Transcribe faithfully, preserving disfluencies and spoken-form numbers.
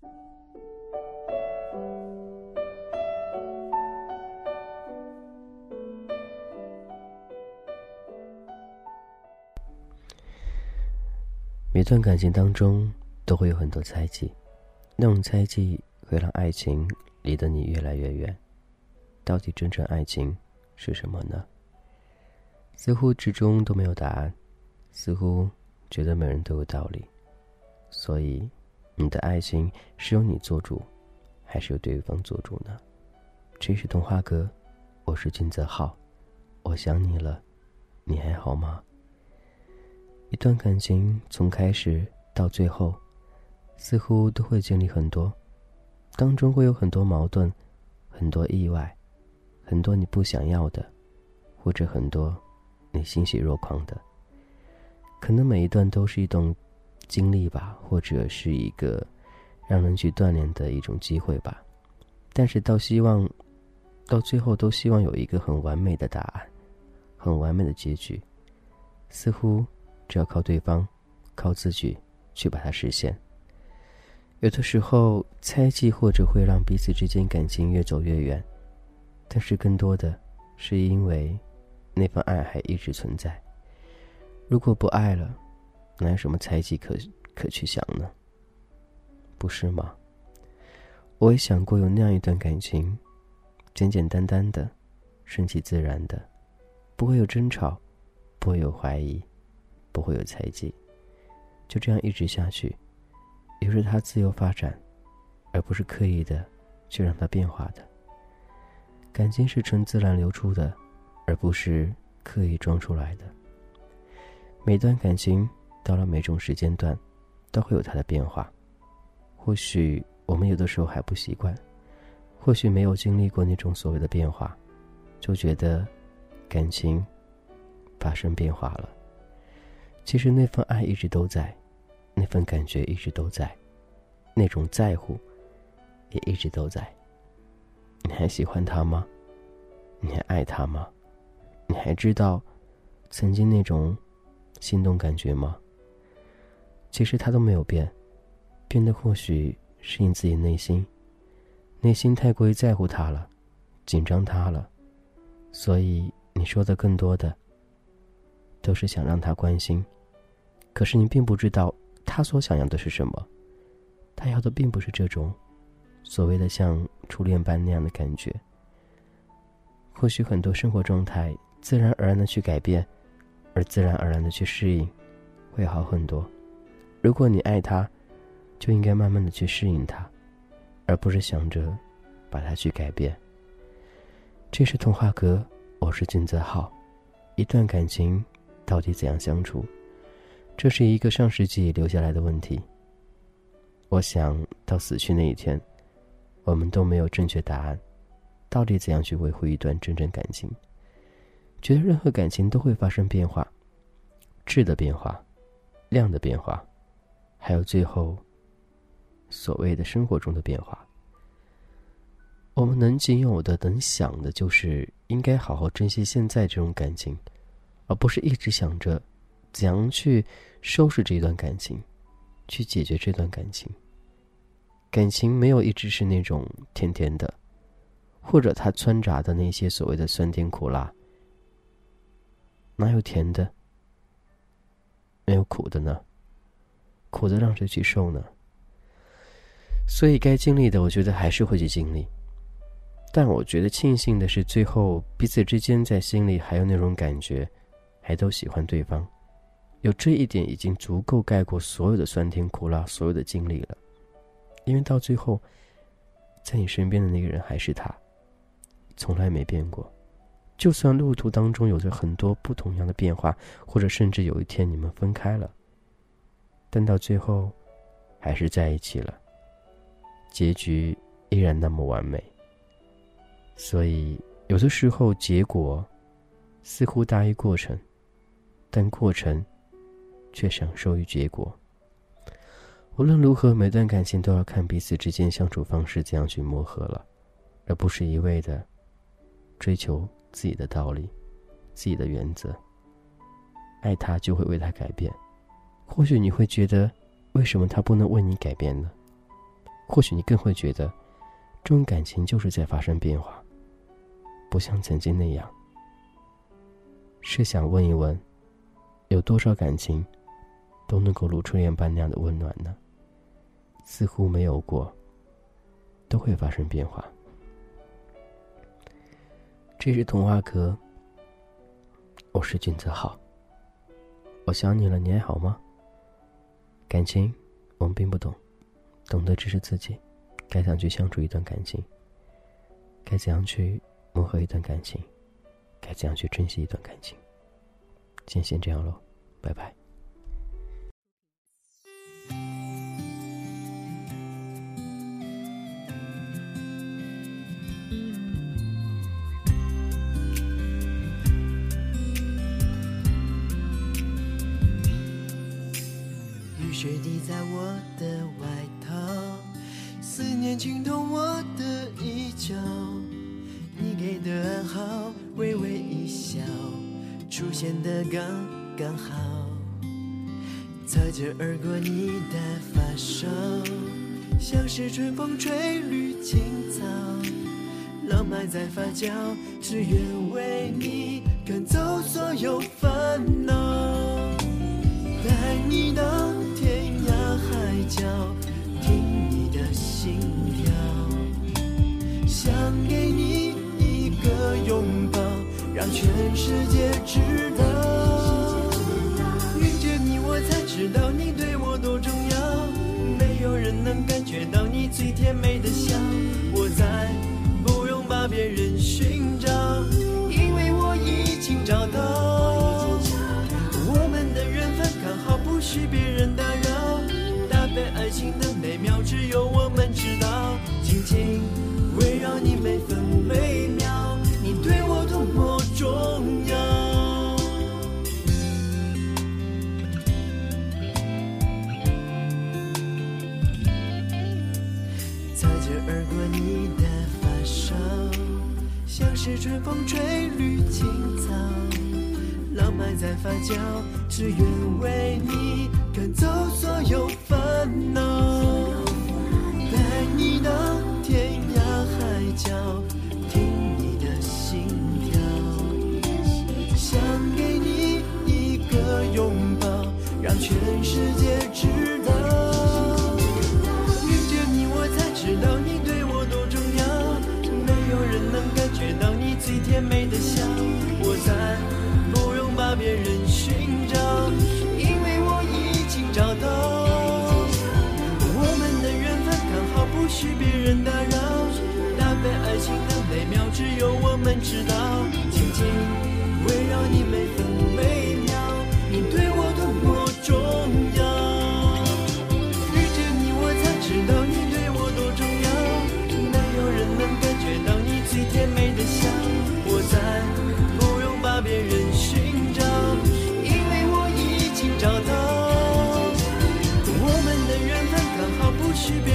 每段感情当中都会有很多猜忌，那种猜忌会让爱情离得你越来越远。到底真正爱情是什么呢？似乎之中都没有答案，似乎觉得每人都有道理。所以你的爱情是由你做主还是由对方做主呢？这是童话哥，我是金泽浩，我想你了，你还好吗？一段感情从开始到最后，似乎都会经历很多，当中会有很多矛盾，很多意外，很多你不想要的，或者很多你欣喜若狂的。可能每一段都是一种经历吧，或者是一个让人去锻炼的一种机会吧。但是到希望到最后都希望有一个很完美的答案，很完美的结局，似乎只要靠对方，靠自己去把它实现。有的时候猜忌或者会让彼此之间感情越走越远，但是更多的是因为那份爱还一直存在。如果不爱了，哪有什么猜忌可可去想呢？不是吗？我也想过有那样一段感情，简简单单的，顺其自然的，不会有争吵，不会有怀疑，不会有猜忌，就这样一直下去，由着它自由发展，而不是刻意的去让它变化的。感情是纯自然流出的，而不是刻意装出来的。每段感情到了每种时间段都会有它的变化，或许我们有的时候还不习惯，或许没有经历过那种所谓的变化，就觉得感情发生变化了。其实那份爱一直都在，那份感觉一直都在，那种在乎也一直都在。你还喜欢他吗？你还爱他吗？你还知道曾经那种心动感觉吗？其实他都没有变，变得或许是你自己内心内心太过于在乎他了，紧张他了，所以你说的更多的都是想让他关心。可是你并不知道他所想要的是什么，他要的并不是这种所谓的像初恋般那样的感觉。或许很多生活状态自然而然的去改变，而自然而然的去适应，会好很多。如果你爱他，就应该慢慢的去适应他，而不是想着把它去改变。这是童话阁，我是金泽浩。一段感情到底怎样相处，这是一个上世纪留下来的问题。我想到死去那一天，我们都没有正确答案，到底怎样去维护一段真正感情。觉得任何感情都会发生变化，质的变化，量的变化，还有最后所谓的生活中的变化。我们能仅有的能想的就是应该好好珍惜现在这种感情，而不是一直想着怎样去收拾这段感情，去解决这段感情。感情没有一直是那种甜甜的，或者它掺杂的那些所谓的酸甜苦辣，哪有甜的？没有苦的呢？苦的让谁去受呢？所以该经历的我觉得还是会去经历，但我觉得庆幸的是最后彼此之间在心里还有那种感觉，还都喜欢对方，有这一点已经足够盖过所有的酸甜苦辣，所有的经历了。因为到最后在你身边的那个人还是他，从来没变过。就算路途当中有着很多不同样的变化，或者甚至有一天你们分开了，但到最后还是在一起了，结局依然那么完美。所以有的时候结果似乎大于过程，但过程却享受于结果。无论如何，每段感情都要看彼此之间相处方式怎样去磨合了，而不是一味的追求自己的道理，自己的原则。爱他就会为他改变，或许你会觉得为什么他不能为你改变呢？ 或许你更会觉得这种感情就是在发生变化，不像曾经那样。试想问一问，有多少感情都能够如初恋般那样的温暖呢？似乎没有过，都会发生变化。这是童话阁，我是君泽浩。我想你了，你还好吗？感情我们并不懂，懂得只是自己该怎样去相处一段感情，该怎样去磨合一段感情，该怎样去珍惜一段感情。今天先这样咯，拜拜。 雨水滴在我的外套，思念浸透我的衣角，你给的暗号，微微一笑，出现的刚刚好，擦着而过你的发梢，像是春风吹绿青草，浪漫在发酵，只愿为你赶走所有烦恼，带你到天涯海角，听你的心跳，想给你一个拥抱，让全世界知道，遇见你我才知道你对我多重要，没有人能感觉到你最甜美的笑，我再不用把别人寻找，因为我已经找到，我们的缘分刚好不许别人打扰，搭配爱情的美妙只有我们知道，紧紧围绕你每分每秒，你对我多么重要。擦着而过你的发梢，像是春风吹绿青草，浪漫在发酵，只愿为你赶走所有烦恼，带你到天涯海角，听你的心跳，想给你一个拥抱，让全世界知道，遇见你我才知道你对我多重要，没有人能感觉到你最甜美的笑，我再不用把别人寻找，因为我已经找到，我们的缘分刚好不许别人打扰，搭配爱情的美妙只有我们知道，紧紧围绕你每分每秒，你对我多么重要，遇见你我才知道你对我多重要，没有人能感觉到你最甜美的笑，我再不用把别人寻找，因为我已经找到，我们的缘分刚好不许别